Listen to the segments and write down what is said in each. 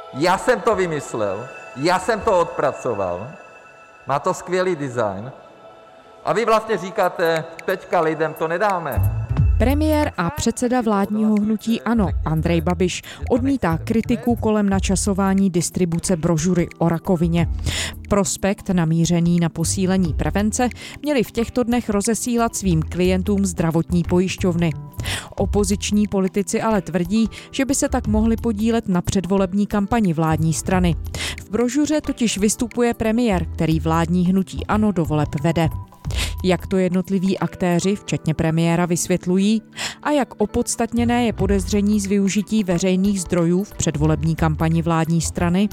Já jsem to vymyslel, já jsem to odpracoval, má to skvělý design a vy vlastně říkáte, teďka lidem to nedáme. Premiér a předseda vládního hnutí ANO Andrej Babiš odmítá kritiku kolem načasování distribuce brožury o rakovině. Prospekt namířený na posílení prevence měli v těchto dnech rozesílat svým klientům zdravotní pojišťovny. Opoziční politici ale tvrdí, že by se tak mohli podílet na předvolební kampani vládní strany. V brožuře totiž vystupuje premiér, který vládní hnutí ANO do voleb vede. Jak to jednotliví aktéři, včetně premiéra, vysvětlují a jak opodstatněné je podezření z využití veřejných zdrojů v předvolební kampani vládní strany?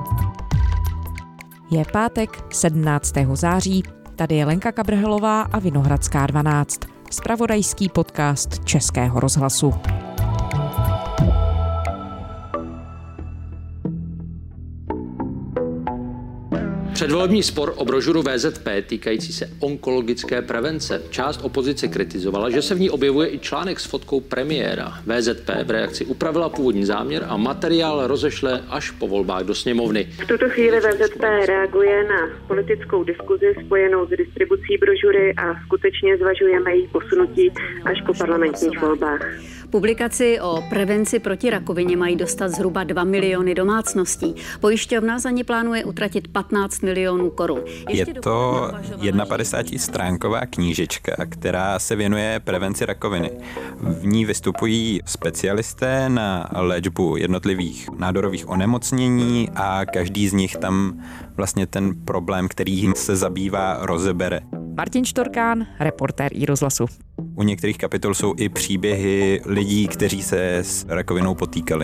Je pátek 17. září, tady je Lenka Kabrhelová a Vinohradská 12, zpravodajský podcast Českého rozhlasu. Předvolební spor o brožuru VZP týkající se onkologické prevence. Část opozice kritizovala, že se v ní objevuje i článek s fotkou premiéra. VZP v reakci upravila původní záměr a materiál rozešle až po volbách do sněmovny. V tuto chvíli VZP reaguje na politickou diskuzi spojenou s distribucí brožury a skutečně zvažujeme její posunutí až po parlamentních volbách. Publikaci o prevenci proti rakovině mají dostat zhruba 2 miliony domácností. Pojišťovna za ní plánuje utratit 15 milionů korun. Je to 51stránková knížečka, která se věnuje prevenci rakoviny. V ní vystupují specialisté na léčbu jednotlivých nádorových onemocnění a každý z nich tam vlastně ten problém, který se zabývá, rozebere. Martin Štorkán, reportér iRozhlasu. U některých kapitol jsou i příběhy lidí, kteří se s rakovinou potýkali.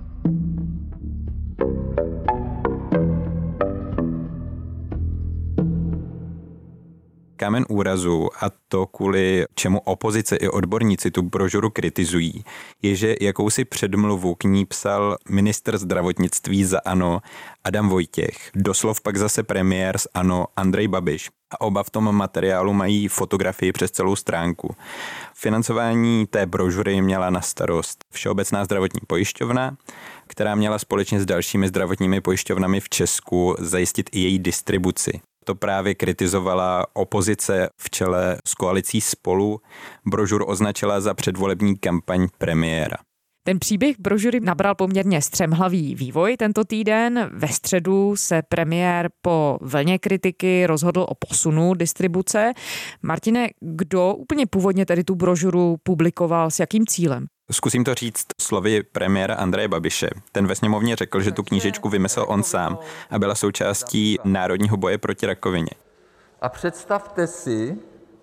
Kámen úrazu, a to kvůli čemu opozice i odborníci tu brožuru kritizují, je, že jakousi předmluvu k ní psal ministr zdravotnictví za ANO Adam Vojtěch, doslov pak zase premiér z ANO Andrej Babiš. A oba v tom materiálu mají fotografii přes celou stránku. Financování té brožury měla na starost Všeobecná zdravotní pojišťovna, která měla společně s dalšími zdravotními pojišťovnami v Česku zajistit i její distribuci. To právě kritizovala opozice v čele s koalicí Spolu. Brožuru označila za předvolební kampaň premiéra. Ten příběh brožury nabral poměrně střemhlavý vývoj tento týden. Ve středu se premiér po vlně kritiky rozhodl o posunu distribuce. Martine, kdo úplně původně tedy tu brožuru publikoval, s jakým cílem? Zkusím to říct slovy premiéra Andreje Babiše. Ten ve sněmovně řekl, že tu knížečku vymyslel on sám a byla součástí národního boje proti rakovině. A představte si,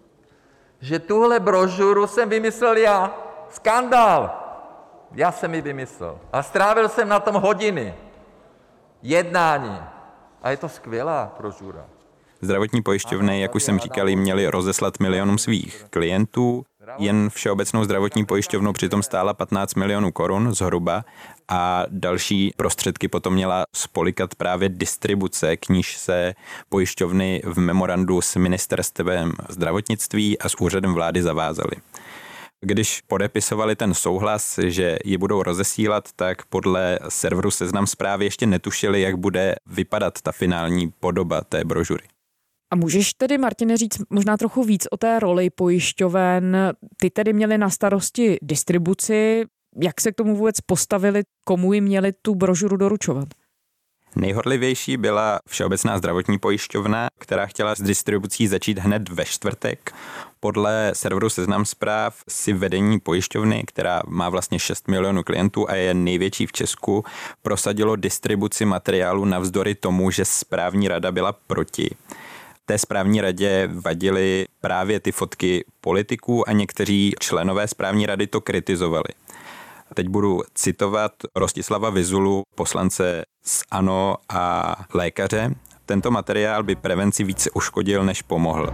že tuhle brožuru jsem vymyslel já. Skandál! Já jsem ji vymyslel. A strávil jsem na tom hodiny. Jednání. A je to skvělá brožura. Zdravotní pojišťovny, jak už jsem říkal, jim měly rozeslat milionům svých klientů. Jen Všeobecnou zdravotní pojišťovnu přitom stála 15 milionů korun zhruba a další prostředky potom měla spolikat právě distribuce, k níž se pojišťovny v memorandu s ministerstvem zdravotnictví a s úřadem vlády zavázaly. Když podepisovali ten souhlas, že ji budou rozesílat, tak podle serveru Seznam Zprávy ještě netušili, jak bude vypadat ta finální podoba té brožury. A můžeš tedy, Martine, říct možná trochu víc o té roli pojišťoven? Ty tedy měli na starosti distribuci. Jak se k tomu vůbec postavili, komu jim měli tu brožuru doručovat? Nejhorlivější byla Všeobecná zdravotní pojišťovna, která chtěla s distribucí začít hned ve čtvrtek. Podle serveru Seznam Zpráv si vedení pojišťovny, která má vlastně 6 milionů klientů a je největší v Česku, prosadilo distribuci materiálu navzdory tomu, že správní rada byla proti. Té správní radě vadily právě ty fotky politiků a někteří členové správní rady to kritizovali. Teď budu citovat Rostislava Vyzulu, poslance z ANO a lékaře. Tento materiál by prevenci více uškodil, než pomohl.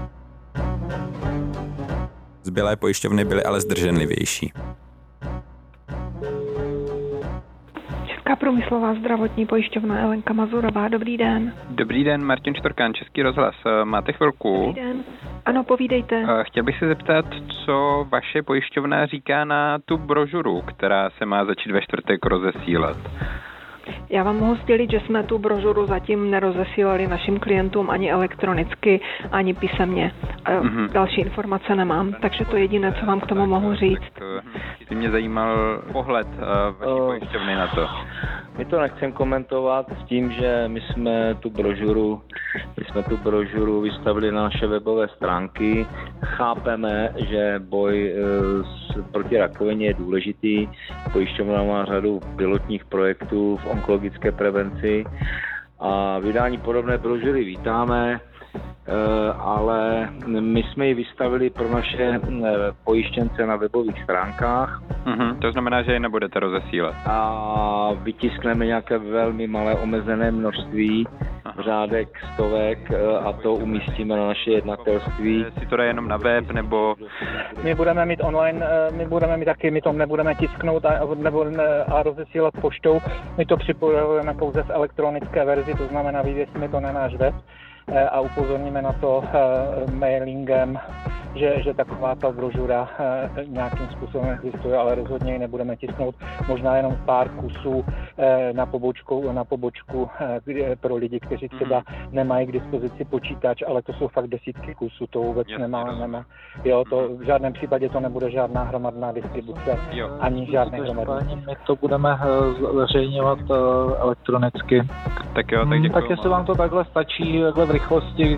Zbylé pojišťovny byly ale zdrženlivější. Česká průmyslová zdravotní pojišťovna Elenka Mazurová, dobrý den. Dobrý den, Martin Štorkán, Český rozhlas. Máte chvilku? Dobrý den. Ano, povídejte. Chtěl bych se zeptat, co vaše pojišťovna říká na tu brožuru, která se má začít ve čtvrtek rozesílat. Já vám mohu sdělit, že jsme tu brožuru zatím nerozesílali našim klientům ani elektronicky, ani písemně. Další informace nemám, takže to jediné, co vám k tomu mohu říct. By mě zajímal pohled vaší pojišťovny na to. My to nechcem komentovat s tím, že my jsme tu brožuru vystavili na naše webové stránky. Chápeme, že boj proti rakovině je důležitý. Pojišťovna má řadu pilotních projektů v onkologické prevenci a vydání podobné brožury vítáme, ale my jsme ji vystavili pro naše pojištěnce na webových stránkách. To znamená, že ji nebudete rozesílat. A vytiskneme nějaké velmi malé omezené množství, řádek, stovek, a to umístíme na naše jednatelství. Si to dá jenom na web, nebo... My budeme mít online, my to nebudeme tisknout a rozesílat poštou. My to připojujeme pouze v elektronické verzi, to znamená, vyvěsíme to na náš web a upozorníme na to mailingem, že taková ta brožura nějakým způsobem existuje, ale rozhodně ji nebudeme tisknout, možná jenom pár kusů na pobočku pro lidi, kteří třeba nemají k dispozici počítač, ale to jsou fakt desítky kusů, to vůbec nemá. Jo, to v žádném případě to nebude žádná hromadná distribuce, ani žádné hromadné. My to budeme zveřejňovat elektronicky. Tak jo, tak děkuji. Tak jestli vám to takhle stačí, takhle v rychlosti.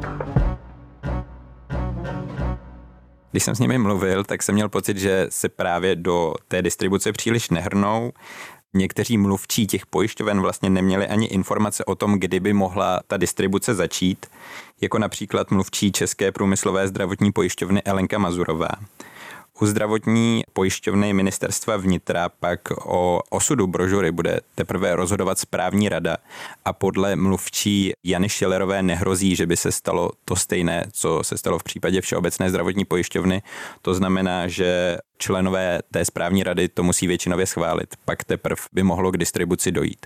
Když jsem s nimi mluvil, tak jsem měl pocit, že se právě do té distribuce příliš nehrnou. Někteří mluvčí těch pojišťoven vlastně neměli ani informace o tom, kdy by mohla ta distribuce začít, jako například mluvčí České průmyslové zdravotní pojišťovny Elenka Mazurová. U zdravotní pojišťovny Ministerstva vnitra pak o osudu brožury bude teprve rozhodovat správní rada a podle mluvčí Jany Šilerové nehrozí, že by se stalo to stejné, co se stalo v případě Všeobecné zdravotní pojišťovny. To znamená, že členové té správní rady to musí většinově schválit, pak teprve by mohlo k distribuci dojít.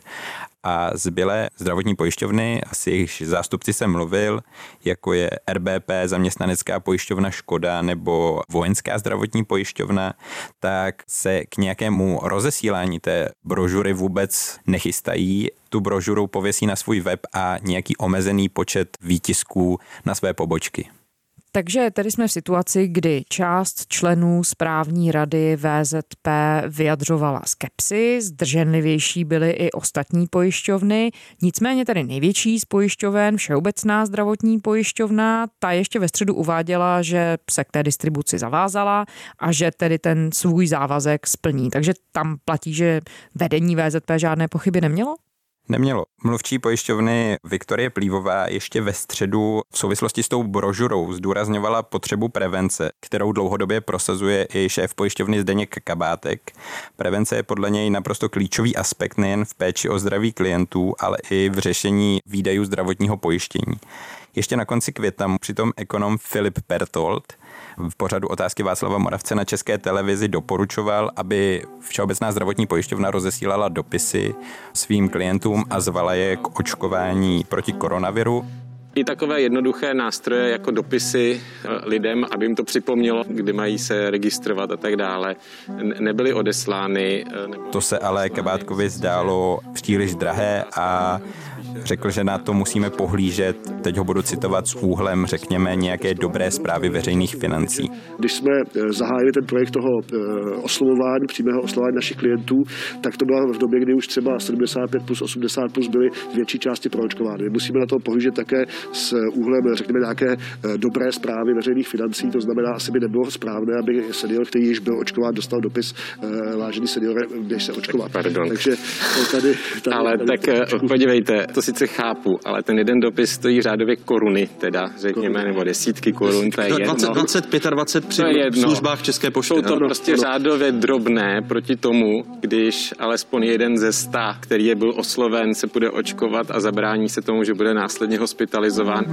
A zbylé zdravotní pojišťovny, asi jejich zástupci jsem mluvil, jako je RBP, zaměstnanecká pojišťovna Škoda nebo vojenská zdravotní pojišťovna, tak se k nějakému rozesílání té brožury vůbec nechystají. Tu brožuru pověsí na svůj web a nějaký omezený počet výtisků na své pobočky. Takže tady jsme v situaci, kdy část členů správní rady VZP vyjadřovala skepsi, zdrženlivější byly i ostatní pojišťovny, nicméně tady největší z pojišťoven, Všeobecná zdravotní pojišťovna, ta ještě ve středu uváděla, že se k té distribuci zavázala a že tedy ten svůj závazek splní. Takže tam platí, že vedení VZP žádné pochyby nemělo? Nemělo. Mluvčí pojišťovny Viktorie Plívová ještě ve středu v souvislosti s tou brožurou zdůrazňovala potřebu prevence, kterou dlouhodobě prosazuje i šéf pojišťovny Zdeněk Kabátek. Prevence je podle něj naprosto klíčový aspekt nejen v péči o zdraví klientů, ale i v řešení výdajů zdravotního pojištění. Ještě na konci května přitom ekonom Filip Pertold v pořadu Otázky Václava Moravce na České televizi doporučoval, aby Všeobecná zdravotní pojišťovna rozesílala dopisy svým klientům a zvala je k očkování proti koronaviru. I takové jednoduché nástroje jako dopisy lidem, aby jim to připomnělo, kdy mají se registrovat a tak dále, nebyly odeslány. To se ale Kabátkovi zdálo příliš drahé a řekl, že na to musíme pohlížet, teď ho budu citovat, s úhlem, řekněme, nějaké dobré správy veřejných financí. Když jsme zahájili ten projekt toho oslovování, přímého oslovování našich klientů, tak to bylo v době, kdy už třeba 75 plus 80 plus byly z větší části proočkovány. Musíme na to pohlížet také s úhlem, řekněme, nějaké dobré správy veřejných financí, to znamená, asi by nebylo správné, aby senior, který již byl očkován, dostal dopis vážený senior, než se očkovat. Pardon. Takže tady ale tak podívejte, to sice chápu, ale ten jeden dopis stojí řádově koruny, teda řekněme, nebo desítky korun, to je jedno. 20, 25 při službách České pošty. Jsou to prostě řádově drobné proti tomu, když alespoň jeden ze 100, který je byl osloven, se bude očkovat a zabrání se tomu, že bude následně hospitalizován.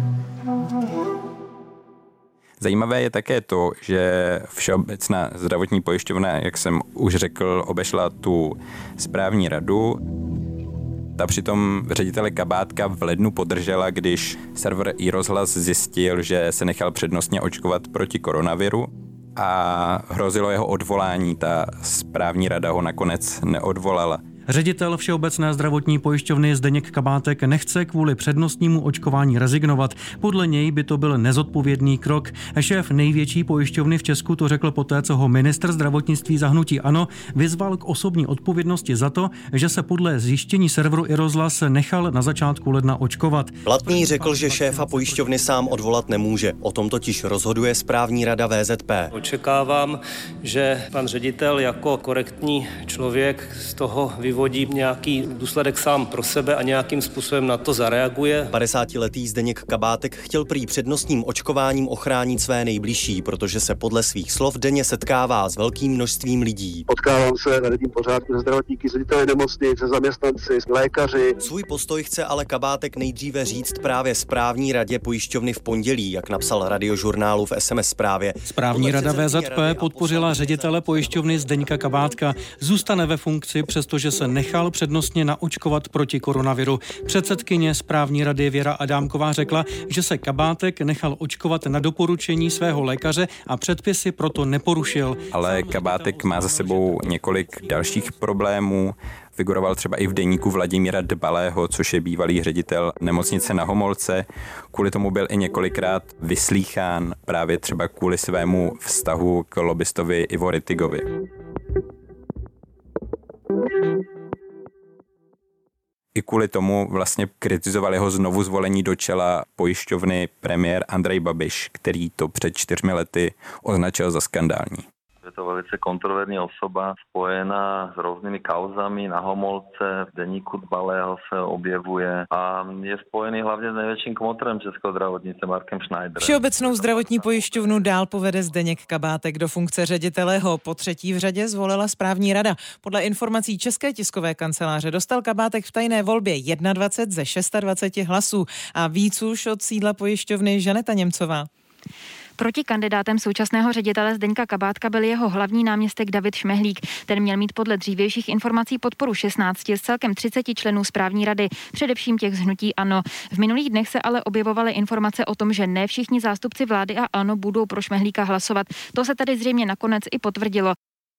Zajímavé je také to, že Všeobecná zdravotní pojišťovna, jak jsem už řekl, obešla tu správní radu. Ta přitom ředitele Kabátka v lednu podržela, když server iRozhlas zjistil, že se nechal přednostně očkovat proti koronaviru a hrozilo jeho odvolání. Ta správní rada ho nakonec neodvolala. Ředitel Všeobecné zdravotní pojišťovny Zdeněk Kabátek nechce kvůli přednostnímu očkování rezignovat. Podle něj by to byl nezodpovědný krok. Šéf největší pojišťovny v Česku to řekl poté, co ho ministr zdravotnictví za hnutí ANO vyzval k osobní odpovědnosti za to, že se podle zjištění serveru iRozhlas nechal na začátku ledna očkovat. Blatný řekl, že šéfa pojišťovny sám odvolat nemůže. O tom totiž rozhoduje správní rada VZP. Očekávám, že pan ředitel jako korektní člověk z toho vyvodí nějaký důsledek sám pro sebe a nějakým způsobem na to zareaguje. 50letý Zdeněk Kabátek chtěl prý přednostním očkováním ochránit své nejbližší, protože se podle svých slov denně setkává s velkým množstvím lidí. Potkávám se na denním pořádku se zdravotníky, s řediteli nemocnic, se zaměstnanci, s lékaři. Svůj postoj chce ale Kabátek nejdříve říct právě správní radě pojišťovny v pondělí, jak napsal Radiožurnálu v SMS zprávě. Správní rada VZP podpořila ředitele pojišťovny Zdeňka Kabátka. Zůstane ve funkci, přestože se nechal přednostně naočkovat proti koronaviru. Předsedkyně správní rady Věra Adámková řekla, že se Kabátek nechal očkovat na doporučení svého lékaře a předpisy proto neporušil. Ale Kabátek má za sebou několik dalších problémů. Figuroval třeba i v deníku Vladimíra Dbalého, což je bývalý ředitel nemocnice na Homolce. Kvůli tomu byl i několikrát vyslýchán, právě třeba kvůli svému vztahu k lobbystovi Ivo Rittigovi. I kvůli tomu vlastně kritizoval jeho znovu zvolení do čela pojišťovny premiér Andrej Babiš, který to před 4 lety označil za skandální. Je to velice kontroverzní osoba, spojená s různými kauzami na Homolce, v deníku Dbalého se objevuje a je spojený hlavně s největším kmotrem českého zdravotnictví Markem Schneiderem. Všeobecnou zdravotní pojišťovnu dál povede Zdeněk Kabátek. Do funkce ředitele ho po 3. v řadě zvolila správní rada. Podle informací České tiskové kanceláře dostal Kabátek v tajné volbě 21 ze 26 hlasů a víc už od sídla pojišťovny Žaneta Němcová. Proti kandidátem současného ředitele Zdeňka Kabátka byl jeho hlavní náměstek David Šmehlík. Ten měl mít podle dřívějších informací podporu 16 z celkem 30 členů správní rady, především těch z hnutí ANO. V minulých dnech se ale objevovaly informace o tom, že ne všichni zástupci vlády a ANO budou pro Šmehlíka hlasovat. To se tady zřejmě nakonec i potvrdilo.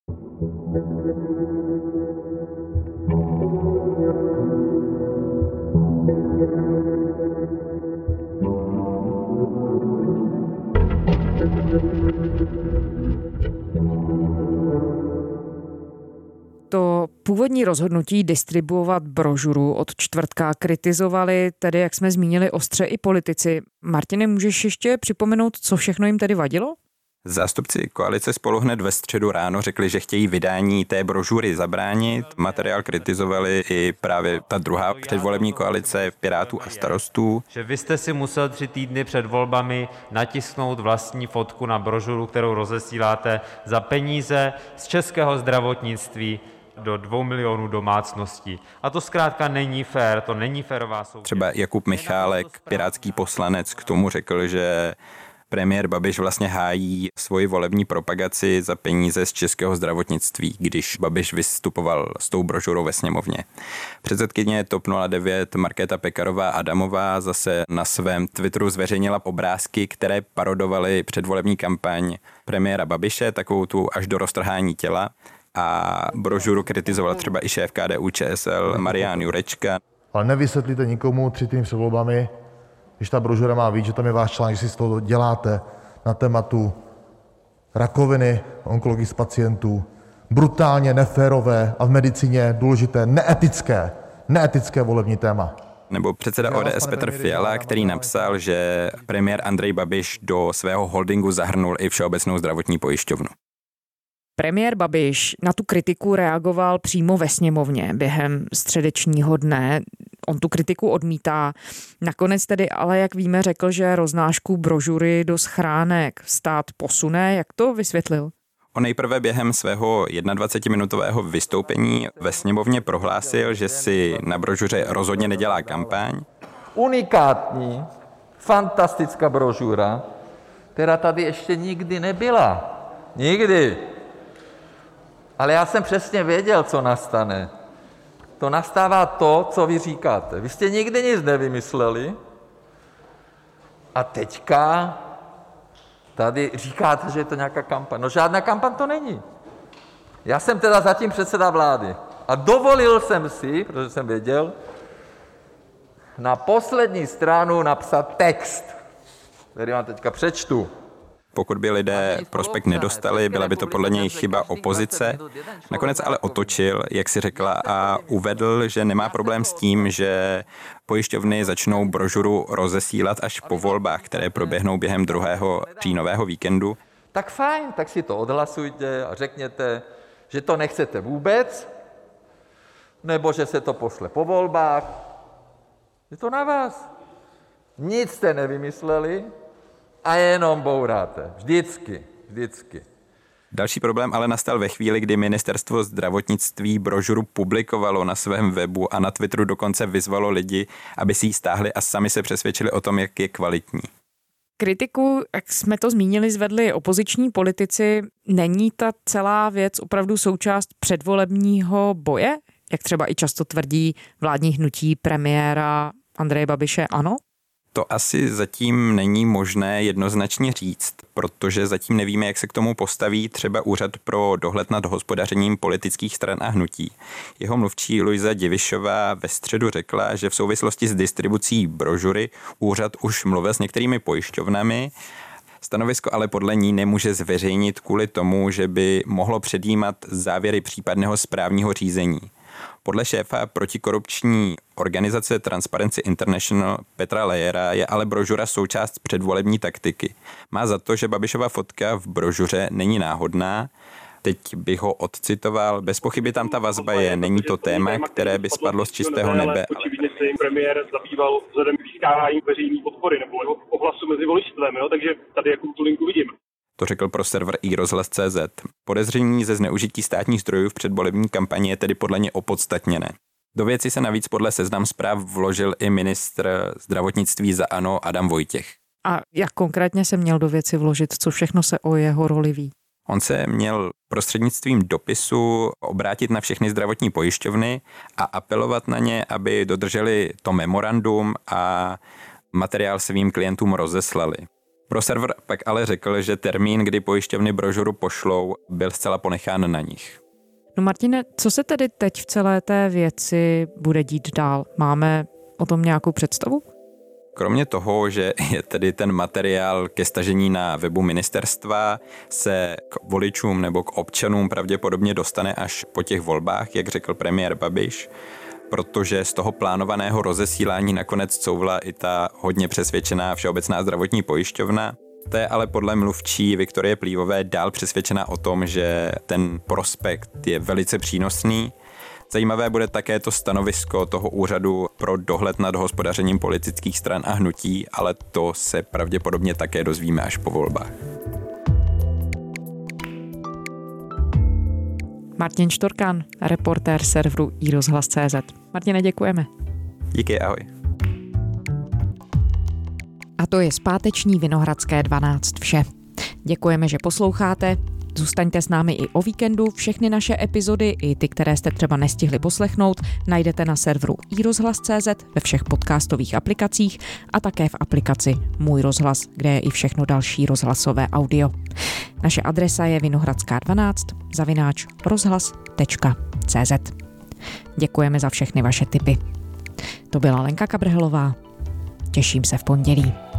To původní rozhodnutí distribuovat brožuru od čtvrtka kritizovali, tedy jak jsme zmínili, ostře i politici. Martine, můžeš ještě připomenout, co všechno jim tedy vadilo? Zástupci koalice Spolu hned ve středu ráno řekli, že chtějí vydání té brožury zabránit. Materiál kritizovali i právě ta druhá předvolební koalice Pirátů a Starostů. Že vy jste si musel 3 týdny před volbami natisknout vlastní fotku na brožuru, kterou rozesíláte za peníze z českého zdravotnictví do 2 milionů domácností. A to zkrátka není fér, to není férová soutěž. Třeba Jakub Michálek, pirátský poslanec, k tomu řekl, že premiér Babiš vlastně hájí svoji volební propagaci za peníze z českého zdravotnictví, když Babiš vystupoval s tou brožurou ve sněmovně. Předsedkyně TOP 09 Markéta Pekarová Adamová zase na svém Twitteru zveřejnila obrázky, které parodovaly předvolební kampaň premiéra Babiše, takovou tu až do roztrhání těla. A brožuru kritizoval třeba i šéf KDU-ČSL Marián Jurečka. Ale nevysvětlíte nikomu 3 týdny před volbami, když ta brožura má víc, že tam je váš článek, že si z toho děláte na tématu rakoviny, onkologii z pacientů, brutálně neférové a v medicíně důležité neetické volební téma. Nebo předseda ODS Petr Fiala, který napsal, že premiér Andrej Babiš do svého holdingu zahrnul i Všeobecnou zdravotní pojišťovnu. Premiér Babiš na tu kritiku reagoval přímo ve sněmovně během středečního dne. On tu kritiku odmítá. Nakonec tedy ale, jak víme, řekl, že roznášku brožury do schránek stát posune. Jak to vysvětlil? On nejprve během svého 21-minutového vystoupení ve sněmovně prohlásil, že si na brožuře rozhodně nedělá kampaň. Unikátní, fantastická brožura, která tady ještě nikdy nebyla. Nikdy. Ale já jsem přesně věděl, co nastane. To nastává to, co vy říkáte. Vy jste nikdy nic nevymysleli a teďka tady říkáte, že je to nějaká kampaň. No žádná kampaň to není. Já jsem teda zatím předseda vlády A dovolil jsem si, protože jsem věděl, na poslední stranu napsat text, který vám teďka přečtu. Pokud by lidé prospekt nedostali, byla by to podle něj chyba opozice. Nakonec ale otočil, jak si řekla, a uvedl, že nemá problém s tím, že pojišťovny začnou brožuru rozesílat až po volbách, které proběhnou během 2. říjnového víkendu. Tak fajn, tak si to odhlasujte a řekněte, že to nechcete vůbec, nebo že se to pošle po volbách. Je to na vás. Nic jste nevymysleli a jenom bouráte. Vždycky. Další problém ale nastal ve chvíli, kdy ministerstvo zdravotnictví brožuru publikovalo na svém webu a na Twitteru dokonce vyzvalo lidi, aby si ji stáhli a sami se přesvědčili o tom, jak je kvalitní. Kritiku, jak jsme to zmínili, zvedli opoziční politici. Není ta celá věc opravdu součást předvolebního boje, jak třeba i často tvrdí vládní hnutí premiéra Andreje Babiše, ANO? To asi zatím není možné jednoznačně říct, protože zatím nevíme, jak se k tomu postaví třeba Úřad pro dohled nad hospodařením politických stran a hnutí. Jeho mluvčí Luisa Divišová ve středu řekla, že v souvislosti s distribucí brožury úřad už mluvil s některými pojišťovnami. Stanovisko ale podle ní nemůže zveřejnit kvůli tomu, že by mohlo předjímat závěry případného správního řízení. Podle šéfa protikorupční organizace Transparency International Petra Lejera je ale brožura součást předvolební taktiky. Má za to, že Babišova fotka v brožuře není náhodná. Teď bych ho odcitoval. Bez pochyby tam ta vazba je. Není to téma, které by spadlo z čistého nebe. Očividně se jim premiér zabýval vzhledem k získávání veřejné podpory nebo ohlasu mezi voličstvem, takže tady jakou tu linku vidím. To řekl pro server iRozhlas.cz. Podezření ze zneužití státních zdrojů v předvolební kampani je tedy podle ně opodstatněné. Do věci se navíc podle Seznam Zpráv vložil i ministr zdravotnictví za ANO Adam Vojtěch. A jak konkrétně se měl do věci vložit? Co všechno se o jeho roli ví? On se měl prostřednictvím dopisu obrátit na všechny zdravotní pojišťovny a apelovat na ně, aby dodrželi to memorandum a materiál svým klientům rozeslali. Pro server pak ale řekl, že termín, kdy pojišťovny brožuru pošlou, byl zcela ponechán na nich. No Martine, co se tedy teď v celé té věci bude dít dál? Máme o tom nějakou představu? Kromě toho, že je tedy ten materiál ke stažení na webu ministerstva, se k voličům nebo k občanům pravděpodobně dostane až po těch volbách, jak řekl premiér Babiš, protože z toho plánovaného rozesílání nakonec couvla i ta hodně přesvědčená Všeobecná zdravotní pojišťovna. To je ale podle mluvčí Viktorie Plívové dál přesvědčená o tom, že ten prospekt je velice přínosný. Zajímavé bude také to stanovisko toho úřadu pro dohled nad hospodařením politických stran a hnutí, ale to se pravděpodobně také dozvíme až po volbách. Martin Štorkan, reportér serveru iRozhlas.cz. Martine, děkujeme. Díky, ahoj. A to je z páteční Vinohradské 12 vše. Děkujeme, že posloucháte. Zůstaňte s námi i o víkendu. Všechny naše epizody, i ty, které jste třeba nestihli poslechnout, najdete na serveru iRozhlas.cz, ve všech podcastových aplikacích a také v aplikaci Můj rozhlas, kde je i všechno další rozhlasové audio. Naše adresa je vinohradská12 @ rozhlas.cz. Děkujeme za všechny vaše tipy. To byla Lenka Kabrhelová. Těším se v pondělí.